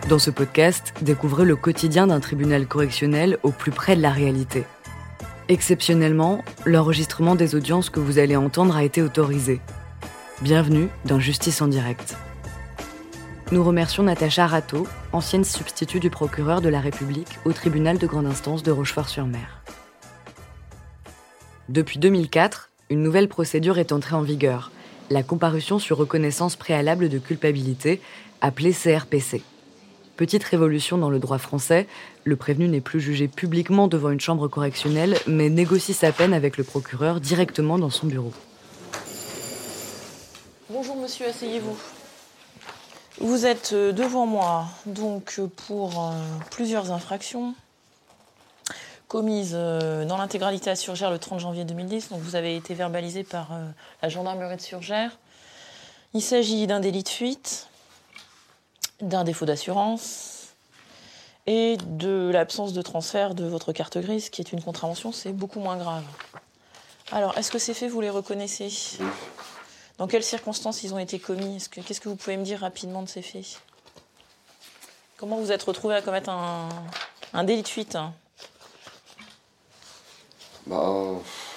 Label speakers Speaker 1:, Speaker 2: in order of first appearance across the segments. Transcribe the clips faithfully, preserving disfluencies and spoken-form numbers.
Speaker 1: Dans ce podcast, découvrez le quotidien d'un tribunal correctionnel au plus près de la réalité. Exceptionnellement, l'enregistrement des audiences que vous allez entendre a été autorisé. Bienvenue dans Justice en direct. Nous remercions Natacha Rateau, ancienne substitut du procureur de la République au tribunal de grande instance de Rochefort-sur-Mer. Depuis deux mille quatre, une nouvelle procédure est entrée en vigueur, la comparution sur reconnaissance préalable de culpabilité, appelée C R P C. Petite révolution dans le droit français, le prévenu n'est plus jugé publiquement devant une chambre correctionnelle, mais négocie sa peine avec le procureur directement dans son bureau.
Speaker 2: Bonjour monsieur, asseyez-vous. Vous êtes devant moi donc pour euh, plusieurs infractions commises euh, dans l'intégralité à Surgères le trente janvier deux mille dix. Donc vous avez été verbalisé par euh, la gendarmerie de Surgères. Il s'agit d'un délit de fuite, d'un défaut d'assurance et de l'absence de transfert de votre carte grise, qui est une contravention, c'est beaucoup moins grave. Alors, est-ce que ces faits, vous les reconnaissez ? Oui. Dans quelles circonstances ils ont été commis ? Est-ce que, Qu'est-ce que vous pouvez me dire rapidement de ces faits ? Comment vous êtes retrouvé à commettre un, un délit de fuite hein ?
Speaker 3: Bah...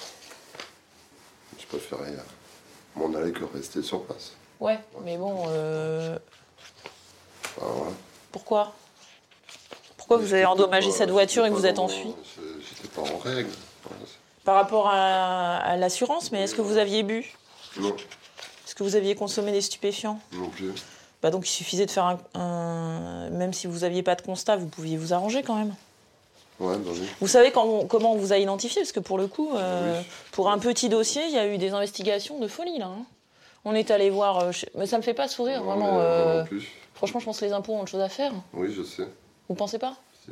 Speaker 3: Je préférais m'en aller que rester sur place.
Speaker 2: Ouais, mais bon... Euh...
Speaker 3: Bah, ouais.
Speaker 2: Pourquoi ? Pourquoi vous avez endommagé
Speaker 3: pas,
Speaker 2: cette voiture et que vous êtes enfui ?
Speaker 3: J'étais pas en règle.
Speaker 2: Par rapport à, à l'assurance, mais est-ce que vous aviez bu ?
Speaker 3: Non.
Speaker 2: Est-ce que vous aviez consommé des stupéfiants ?
Speaker 3: Non plus.
Speaker 2: Bah donc il suffisait de faire un, un... Même si vous n'aviez pas de constat, vous pouviez vous arranger quand même.
Speaker 3: Ouais, bah oui.
Speaker 2: Vous savez quand on, comment on vous a identifié ? Parce que pour le coup, euh,
Speaker 3: oui.
Speaker 2: pour un petit dossier, il y a eu des investigations de folie là. Hein. On est allé voir... Euh, chez... Mais ça me fait pas sourire,
Speaker 3: Non,
Speaker 2: vraiment.
Speaker 3: Mais,
Speaker 2: euh...
Speaker 3: non plus.
Speaker 2: Franchement, je pense que les impôts ont autre chose à faire.
Speaker 3: Oui, je sais.
Speaker 2: Vous pensez pas ?
Speaker 3: Si.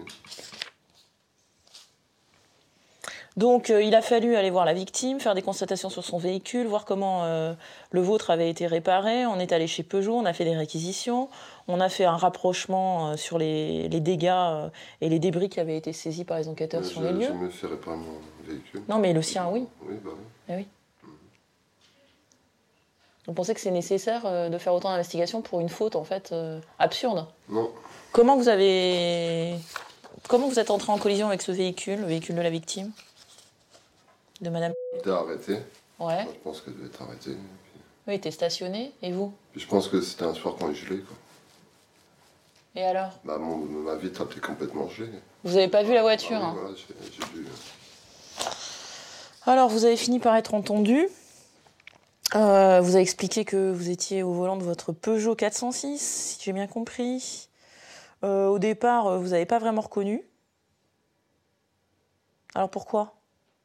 Speaker 2: Donc, euh, il a fallu aller voir la victime, faire des constatations sur son véhicule, voir comment euh, le vôtre avait été réparé. On est allé chez Peugeot, on a fait des réquisitions, on a fait un rapprochement euh, sur les, les dégâts euh, et les débris qui avaient été saisis par les enquêteurs
Speaker 3: mais
Speaker 2: sur
Speaker 3: je,
Speaker 2: les lieux.
Speaker 3: Je me fais réparer mon véhicule.
Speaker 2: Non, mais le sien, oui.
Speaker 3: Oui, bah oui.
Speaker 2: Eh oui. Vous pensez que c'est nécessaire euh, de faire autant d'investigations pour une faute, en fait, euh, absurde ?
Speaker 3: Non.
Speaker 2: Comment vous avez... Comment vous êtes entré en collision avec ce véhicule, le véhicule de la victime ? De madame...
Speaker 3: T'es arrêté.
Speaker 2: Ouais.
Speaker 3: Bah, je pense qu'elle devait être arrêtée. Puis...
Speaker 2: Oui, t'es stationné. Et vous ?
Speaker 3: Puis je pense que c'était un soir quand il gelait, quoi.
Speaker 2: Et alors ?
Speaker 3: Bah, mon, ma vitre était complètement gelée.
Speaker 2: Vous avez pas vu la voiture
Speaker 3: Ah,
Speaker 2: hein.
Speaker 3: oui, voilà, j'ai, j'ai vu.
Speaker 2: Alors, vous avez fini par être entendu. Euh, vous avez expliqué que vous étiez au volant de votre Peugeot quatre cent six, si j'ai bien compris. Euh, au départ, vous n'avez pas vraiment reconnu. Alors pourquoi ?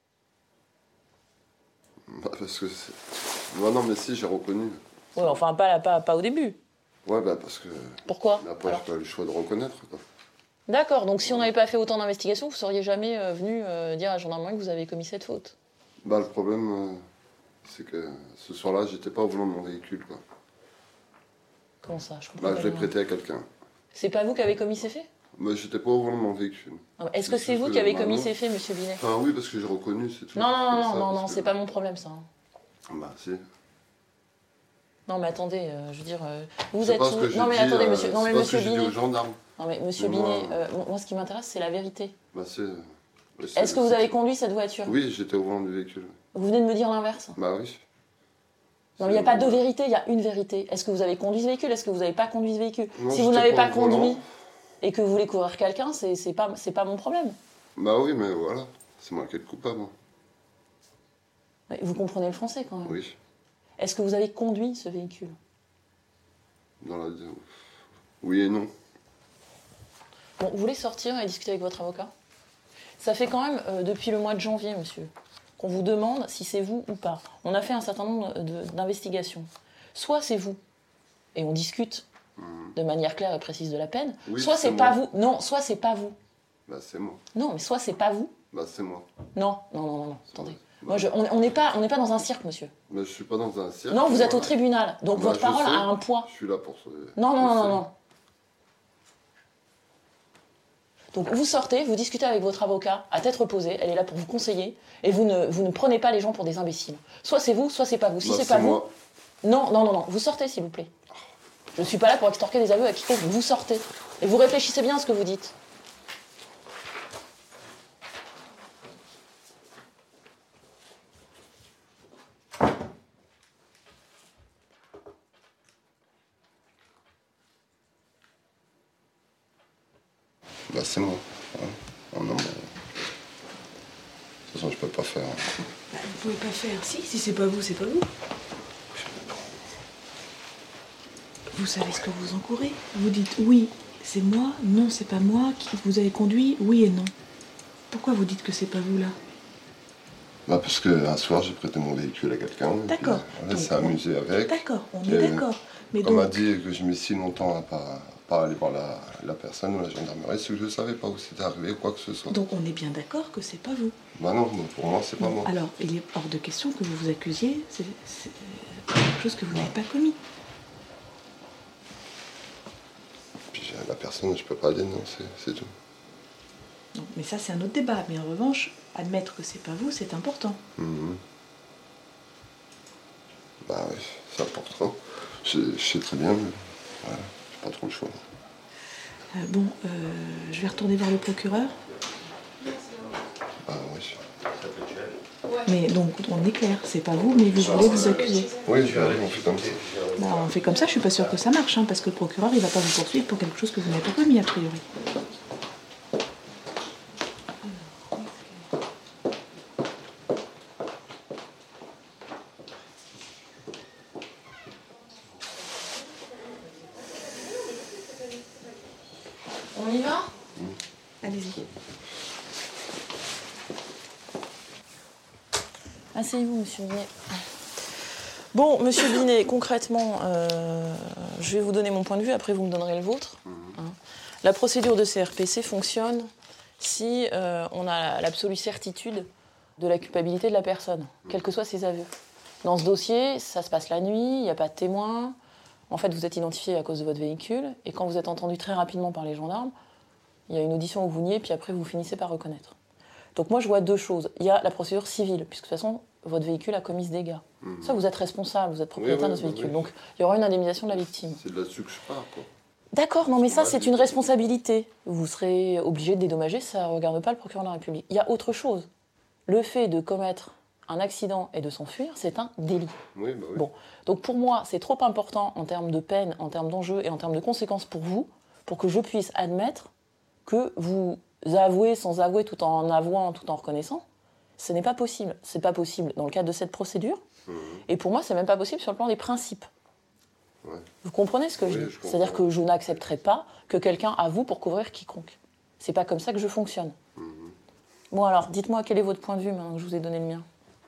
Speaker 3: Bah, parce que c'est... Non, non, mais si, j'ai reconnu.
Speaker 2: Ouais, enfin, pas, pas, pas au début.
Speaker 3: Ouais, bah, parce que...
Speaker 2: Pourquoi ?
Speaker 3: Après, j'ai pas eu le choix de reconnaître, quoi.
Speaker 2: D'accord, donc si on n'avait pas fait autant d'investigations, vous ne seriez jamais euh, venu euh, dire à la gendarmerie que vous avez commis cette faute.
Speaker 3: Bah, le problème, euh, c'est que ce soir-là, j'étais pas au volant de mon véhicule, quoi.
Speaker 2: Comment ça ? Je comprends
Speaker 3: Bah,
Speaker 2: pas
Speaker 3: je l'ai
Speaker 2: bien.
Speaker 3: prêté à quelqu'un.
Speaker 2: C'est pas vous qui avez commis ces faits ?
Speaker 3: Bah, j'étais pas au volant de mon véhicule.
Speaker 2: Non, Est-ce que
Speaker 3: C'est
Speaker 2: c'est
Speaker 3: juste
Speaker 2: vous
Speaker 3: que-
Speaker 2: qui avez
Speaker 3: bah,
Speaker 2: commis
Speaker 3: non.
Speaker 2: ces faits, monsieur Binet ?
Speaker 3: Enfin, oui, parce que j'ai reconnu, c'est tout.
Speaker 2: Non, non,
Speaker 3: C'est
Speaker 2: non,
Speaker 3: ça,
Speaker 2: non, non,
Speaker 3: parce
Speaker 2: c'est
Speaker 3: que-
Speaker 2: pas mon problème, ça.
Speaker 3: Bah, si.
Speaker 2: Non, mais attendez, euh, je veux dire, euh, vous
Speaker 3: C'est
Speaker 2: êtes
Speaker 3: pas ce
Speaker 2: sous...
Speaker 3: que j'ai
Speaker 2: Non, mais
Speaker 3: dit,
Speaker 2: attendez,
Speaker 3: euh,
Speaker 2: monsieur, non, mais
Speaker 3: c'est pas
Speaker 2: monsieur
Speaker 3: ce que j'ai dit
Speaker 2: Binet...
Speaker 3: aux gendarmes.
Speaker 2: Non, mais monsieur
Speaker 3: Mais moi,
Speaker 2: Binet, euh, moi, ce qui m'intéresse, c'est la vérité.
Speaker 3: Bah, c'est... ouais, c'est-
Speaker 2: Est-ce que vous
Speaker 3: c'est-
Speaker 2: avez conduit cette voiture ?
Speaker 3: Oui, j'étais au volant du véhicule.
Speaker 2: Vous venez de me dire l'inverse.
Speaker 3: Bah oui.
Speaker 2: Non, mais il n'y a pas deux vérités, il y a une vérité. Est-ce que vous avez conduit ce véhicule ? Est-ce que vous n'avez pas conduit ce véhicule ?
Speaker 3: Non,
Speaker 2: Si vous
Speaker 3: j'étais
Speaker 2: n'avez
Speaker 3: pas
Speaker 2: pas
Speaker 3: au volant.
Speaker 2: conduit et que vous voulez courir quelqu'un, c'est, c'est, pas, c'est pas mon problème.
Speaker 3: Bah oui, mais voilà. C'est moi qui ai le coupable.
Speaker 2: Ouais, vous comprenez le français quand même.
Speaker 3: Oui.
Speaker 2: Est-ce que vous avez conduit ce véhicule ?
Speaker 3: Dans la... Oui et non.
Speaker 2: Bon, vous voulez sortir et discuter avec votre avocat ? Ça fait quand même euh, depuis le mois de janvier, monsieur, qu'on vous demande si c'est vous ou pas. On a fait un certain nombre de, d'investigations. Soit c'est vous, et on discute mmh. de manière claire et précise de la peine.
Speaker 3: Oui,
Speaker 2: soit
Speaker 3: c'est
Speaker 2: c'est pas
Speaker 3: moi.
Speaker 2: vous. Non, soit c'est pas vous.
Speaker 3: Bah c'est moi.
Speaker 2: Non, mais soit c'est pas vous.
Speaker 3: Bah c'est moi.
Speaker 2: Non, non, non, non, non. attendez.
Speaker 3: Bah,
Speaker 2: Moi, je, on n'est pas, on n'est pas dans un cirque, monsieur.
Speaker 3: Bah je suis pas dans un cirque.
Speaker 2: Non, vous êtes
Speaker 3: voilà.
Speaker 2: au tribunal, donc
Speaker 3: Bah,
Speaker 2: votre
Speaker 3: je
Speaker 2: parole
Speaker 3: sais.
Speaker 2: a un poids.
Speaker 3: Je suis là pour ce...
Speaker 2: Non, non,
Speaker 3: je
Speaker 2: non, non,
Speaker 3: sais.
Speaker 2: non. Donc vous sortez, vous discutez avec votre avocat à tête reposée, elle est là pour vous conseiller, et vous ne, vous ne prenez pas les gens pour des imbéciles. Soit c'est vous, soit c'est pas vous. Si
Speaker 3: Bah,
Speaker 2: c'est
Speaker 3: c'est
Speaker 2: pas
Speaker 3: moi.
Speaker 2: vous, non, non, non, non, vous sortez s'il vous plaît. Je ne suis pas là pour extorquer des aveux à quiconque. Vous sortez. Et vous réfléchissez bien à ce que vous dites.
Speaker 3: Bah c'est moi. Ouais. Oh non, mais... De toute façon, je peux pas faire.
Speaker 4: Bah, vous pouvez pas faire. Si, si c'est pas vous, c'est pas vous. Vous savez ce que vous encourez. Vous dites oui, c'est moi, non, c'est pas moi qui vous avez conduit, oui et non. Pourquoi vous dites que c'est pas vous là?
Speaker 3: Bah parce qu'un soir, j'ai prêté mon véhicule à quelqu'un.
Speaker 4: D'accord.
Speaker 3: On s'est amusé avec.
Speaker 4: D'accord, on
Speaker 3: Et
Speaker 4: est d'accord. Mais
Speaker 3: on m'a
Speaker 4: donc...
Speaker 3: dit que je mets si longtemps à pas, pas aller voir la, la personne ou la gendarmerie, c'est que je ne savais pas où c'était arrivé ou quoi que ce soit.
Speaker 4: Donc on est bien d'accord que c'est pas vous.
Speaker 3: Bah non, pour moi, c'est pas
Speaker 4: Bon,
Speaker 3: moi.
Speaker 4: alors, il est hors de question que vous vous accusiez, c'est c'est quelque chose que vous n'avez pas commis.
Speaker 3: Puis la personne, je peux pas dénoncer, c'est tout.
Speaker 4: Non, mais ça, c'est un autre débat. Mais en revanche, admettre que c'est pas vous, c'est important.
Speaker 3: Mmh. Bah oui, c'est important. Je, je sais très bien, mais voilà, j'ai pas trop le choix.
Speaker 4: Euh, bon, euh, je vais retourner voir le procureur.
Speaker 3: Ah oui.
Speaker 4: Mais donc, on est clair, c'est pas vous, mais vous voulez vous accuser.
Speaker 3: Oui, je vais aller, on fait comme ça.
Speaker 4: Bah, on fait comme ça, je suis pas sûre que ça marche, hein, parce que le procureur, il va pas vous poursuivre pour quelque chose que vous n'avez pas commis, a priori.
Speaker 2: On y va?
Speaker 4: Allez-y.
Speaker 2: Asseyez-vous, monsieur Binet. Bon, monsieur Binet, concrètement, euh, je vais vous donner mon point de vue, après vous me donnerez le vôtre. Hein. La procédure de C R P C fonctionne si euh, on a l'absolue certitude de la culpabilité de la personne, quels que soient ses aveux. Dans ce dossier, ça se passe la nuit, il n'y a pas de témoin. En fait, vous êtes identifié à cause de votre véhicule, et quand vous êtes entendu très rapidement par les gendarmes, il y a une audition où vous niez, puis après vous finissez par reconnaître. Donc moi, je vois deux choses. Il y a la procédure civile, puisque de toute façon, votre véhicule a commis ce dégât. Mmh. Ça, vous êtes responsable, vous êtes propriétaire
Speaker 3: oui, oui,
Speaker 2: de ce véhicule.
Speaker 3: Oui.
Speaker 2: Donc il y aura une indemnisation de la victime.
Speaker 3: C'est de là-dessus que je pars, quoi.
Speaker 2: D'accord, non mais ça, c'est une responsabilité. Vous serez obligé de dédommager, ça ne regarde pas le procureur de la République. Il y a autre chose. Le fait de commettre un accident et de s'enfuir, c'est un délit.
Speaker 3: Oui, bah oui.
Speaker 2: Bon. Donc pour moi, c'est trop important en termes de peine, en termes d'enjeux et en termes de conséquences pour vous, pour que je puisse admettre que vous avouez sans avouer tout en avouant, tout en reconnaissant. Ce n'est pas possible. Ce n'est pas possible dans le cadre de cette procédure. Mmh. Et pour moi, ce n'est même pas possible sur le plan des principes.
Speaker 3: Ouais.
Speaker 2: Vous comprenez ce que
Speaker 3: oui,
Speaker 2: je dis?
Speaker 3: je
Speaker 2: C'est-à-dire que je n'accepterai pas que quelqu'un avoue pour couvrir quiconque. C'est pas comme ça que je fonctionne. Mmh. Bon alors, dites-moi, quel est votre point de vue maintenant que je vous ai donné le mien?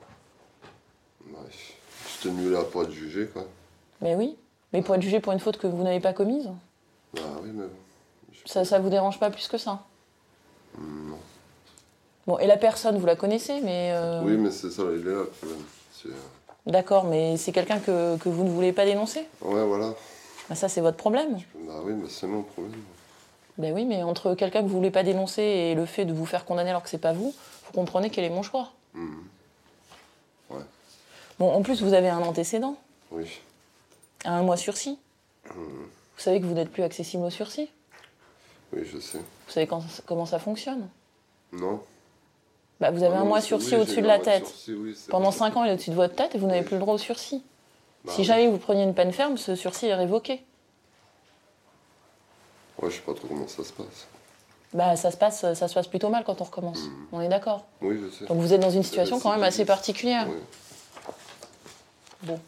Speaker 3: Bah, je tenu là pour être jugé, quoi.
Speaker 2: Mais oui, mais pour être jugé pour une faute que vous n'avez pas commise.
Speaker 3: Bah oui, mais... Je...
Speaker 2: Ça, ça vous dérange pas plus que ça?
Speaker 3: Mmh, non.
Speaker 2: Bon, et la personne, vous la connaissez, mais... Euh...
Speaker 3: Oui, mais c'est ça, il est là, le problème. C'est...
Speaker 2: D'accord, mais c'est quelqu'un que, que vous ne voulez pas dénoncer?
Speaker 3: Ouais, voilà.
Speaker 2: Bah ça, c'est votre problème.
Speaker 3: Bah oui, mais c'est mon problème.
Speaker 2: Ben oui, mais entre quelqu'un que vous voulez pas dénoncer et le fait de vous faire condamner alors que c'est pas vous, vous comprenez quel est mon choix.
Speaker 3: Mmh. Ouais.
Speaker 2: Bon, en plus, vous avez un antécédent.
Speaker 3: Oui.
Speaker 2: À un mois sursis.
Speaker 3: Mmh.
Speaker 2: Vous savez que vous n'êtes plus accessible au sursis?
Speaker 3: Oui, je sais.
Speaker 2: Vous savez quand, comment ça fonctionne?
Speaker 3: Non.
Speaker 2: Bah, vous avez
Speaker 3: ah
Speaker 2: un
Speaker 3: non,
Speaker 2: mois sursis
Speaker 3: oui,
Speaker 2: au-dessus de la tête.
Speaker 3: Sursis, oui,
Speaker 2: Pendant
Speaker 3: vrai.
Speaker 2: cinq ans, il est au-dessus de votre tête et vous n'avez
Speaker 3: oui.
Speaker 2: plus le droit au sursis.
Speaker 3: Bah,
Speaker 2: si
Speaker 3: oui.
Speaker 2: jamais vous preniez une peine ferme, ce sursis est révoqué.
Speaker 3: Ouais, je sais pas trop comment ça se passe.
Speaker 2: Bah, ça se passe, ça se passe plutôt mal quand on recommence. Mmh. On est d'accord?
Speaker 3: Oui, je sais.
Speaker 2: Donc vous êtes dans une situation quand même assez particulière.
Speaker 3: Oui.
Speaker 2: Bon.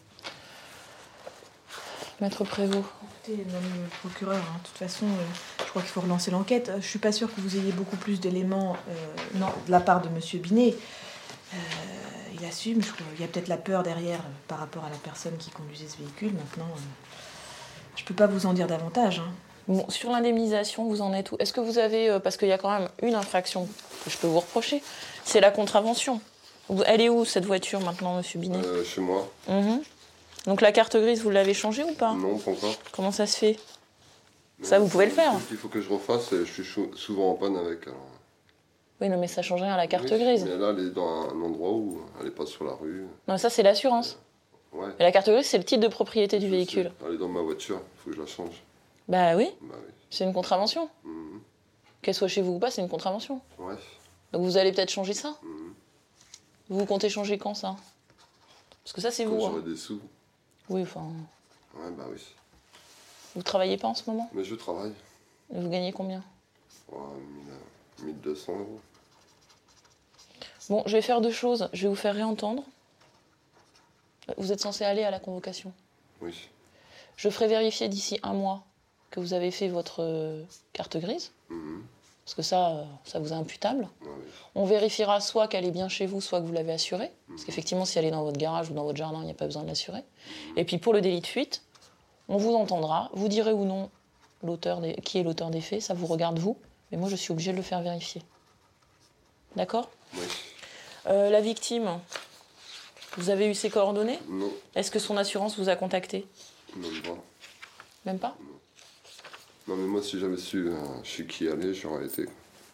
Speaker 2: Maître Prévost.
Speaker 4: Écoutez, même le procureur, hein, de toute façon, euh, je crois qu'il faut relancer l'enquête. Je suis pas sûre que vous ayez beaucoup plus d'éléments euh, non, de la part de monsieur Binet. Euh, il assume, je crois, il y a peut-être la peur derrière euh, par rapport à la personne qui conduisait ce véhicule. Maintenant, euh, je peux pas vous en dire davantage. Hein.
Speaker 2: Bon, sur l'indemnisation, vous en êtes où? Est-ce que vous avez, euh, parce qu'il y a quand même une infraction que je peux vous reprocher, c'est la contravention. Elle est où cette voiture maintenant, monsieur Binet?
Speaker 3: euh, Chez moi.
Speaker 2: Mmh. Donc la carte grise, vous l'avez changée ou pas?
Speaker 3: Non, pas encore.
Speaker 2: Comment ça se fait?
Speaker 3: Mais
Speaker 2: ça, vous pouvez le faire.
Speaker 3: Il faut que je refasse, et je suis chou- souvent en panne avec. Alors...
Speaker 2: Oui, non, mais ça change rien à la carte
Speaker 3: oui,
Speaker 2: grise.
Speaker 3: Mais là, elle est dans un endroit où elle n'est pas sur la rue.
Speaker 2: Non, ça, c'est l'assurance.
Speaker 3: Ouais.
Speaker 2: Et la carte grise, c'est le titre de propriété du
Speaker 3: Je
Speaker 2: véhicule.
Speaker 3: sais. Elle est dans ma voiture, il faut que je la change.
Speaker 2: Bah oui,
Speaker 3: Bah oui.
Speaker 2: c'est une contravention.
Speaker 3: Mhm.
Speaker 2: Qu'elle soit chez vous ou pas, c'est une contravention.
Speaker 3: Ouais.
Speaker 2: Donc vous allez peut-être changer ça.
Speaker 3: Mhm.
Speaker 2: Vous comptez changer quand, ça? Parce que ça, c'est
Speaker 3: Quand
Speaker 2: vous.
Speaker 3: j'aurai
Speaker 2: Hein.
Speaker 3: des sous.
Speaker 2: Oui, enfin...
Speaker 3: Ouais, bah oui.
Speaker 2: Vous travaillez pas en ce moment?
Speaker 3: Mais je travaille.
Speaker 2: Et vous gagnez combien?
Speaker 3: Ouais, mille deux cents euros.
Speaker 2: Bon, je vais faire deux choses. Je vais vous faire réentendre. Vous êtes censé aller à la convocation.
Speaker 3: Oui.
Speaker 2: Je ferai vérifier d'ici un mois que vous avez fait votre euh, carte grise.
Speaker 3: Mhm.
Speaker 2: Parce que ça, euh, ça vous est imputable.
Speaker 3: Ouais, oui.
Speaker 2: On vérifiera soit qu'elle est bien chez vous, soit que vous l'avez assurée. Parce qu'effectivement, si elle est dans votre garage ou dans votre jardin, il n'y a pas besoin de l'assurer. Et puis pour le délit de fuite, on vous entendra. Vous direz ou non l'auteur des... qui est l'auteur des faits. Ça vous regarde vous. Mais moi, je suis obligée de le faire vérifier. D'accord?
Speaker 3: Oui.
Speaker 2: euh, La victime, vous avez eu ses coordonnées?
Speaker 3: Non,
Speaker 2: Est-ce que son assurance vous a contacté?
Speaker 3: même pas.
Speaker 2: Même pas?
Speaker 3: Non, mais moi, si j'avais su euh, chez qui aller, j'aurais été.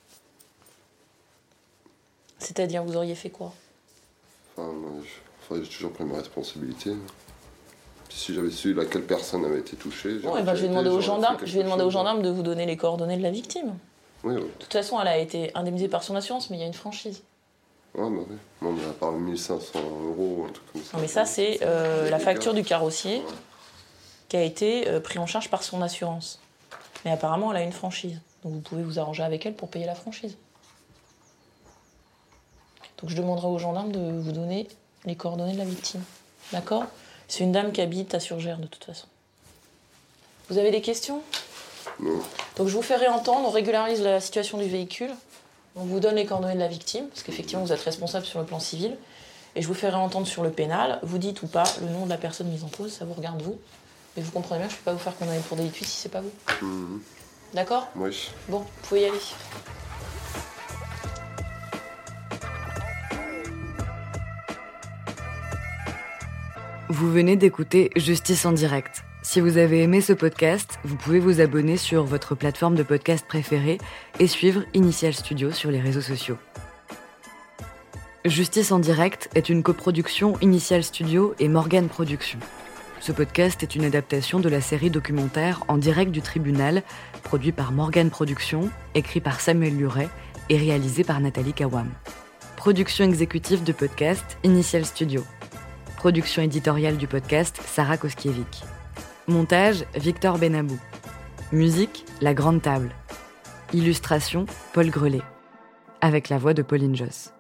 Speaker 2: C'est-à-dire, vous auriez fait quoi?
Speaker 3: Enfin, moi, je... enfin, j'ai toujours pris mes responsabilités. Si j'avais su laquelle personne avait été touchée,
Speaker 2: Bon,
Speaker 3: j'aurais
Speaker 2: eh ben, je vais
Speaker 3: été,
Speaker 2: demander aux
Speaker 3: j'aurais
Speaker 2: gendarmes,
Speaker 3: fait
Speaker 2: je vais
Speaker 3: quelque
Speaker 2: demander aux
Speaker 3: chose.
Speaker 2: gendarmes de vous donner les coordonnées de la victime.
Speaker 3: Oui, oui.
Speaker 2: De toute façon, elle a été indemnisée par son assurance, mais il y a une franchise.
Speaker 3: Ouais, bah oui. Non, mais à part mille cinq cents euros ou un truc comme ça.
Speaker 2: Non, mais ça, c'est euh, la facture du carrossier
Speaker 3: Ouais.
Speaker 2: qui a été euh, pris en charge par son assurance. Mais apparemment, elle a une franchise. Donc vous pouvez vous arranger avec elle pour payer la franchise. Donc je demanderai aux gendarmes de vous donner les coordonnées de la victime. D'accord? C'est une dame qui habite à Surgères, de toute façon. Vous avez des questions?
Speaker 3: Non.
Speaker 2: Donc je vous ferai entendre, on régularise la situation du véhicule. On vous donne les coordonnées de la victime, parce qu'effectivement vous êtes responsable sur le plan civil. Et je vous ferai entendre sur le pénal. Vous dites ou pas le nom de la personne mise en cause, ça vous regarde vous. Mais vous comprenez bien que je ne peux pas vous faire condamner pour délit de fuite si c'est pas vous.
Speaker 3: Mhm.
Speaker 2: D'accord?
Speaker 3: Oui.
Speaker 2: Bon, vous pouvez y aller.
Speaker 1: Vous venez d'écouter Justice en direct. Si vous avez aimé ce podcast, vous pouvez vous abonner sur votre plateforme de podcast préférée et suivre Initial Studio sur les réseaux sociaux. Justice en direct est une coproduction Initial Studio et Morgane Productions. Ce podcast est une adaptation de la série documentaire En direct du tribunal, produit par Morgane Productions, écrit par Samuel Luret et réalisé par Nathalie Kawam. Production exécutive du podcast Initial Studio. Production éditoriale du podcast Sarah Koskiewicz. Montage Victor Benabou. Musique La Grande Table. Illustration Paul Grelet. Avec la voix de Pauline Josse.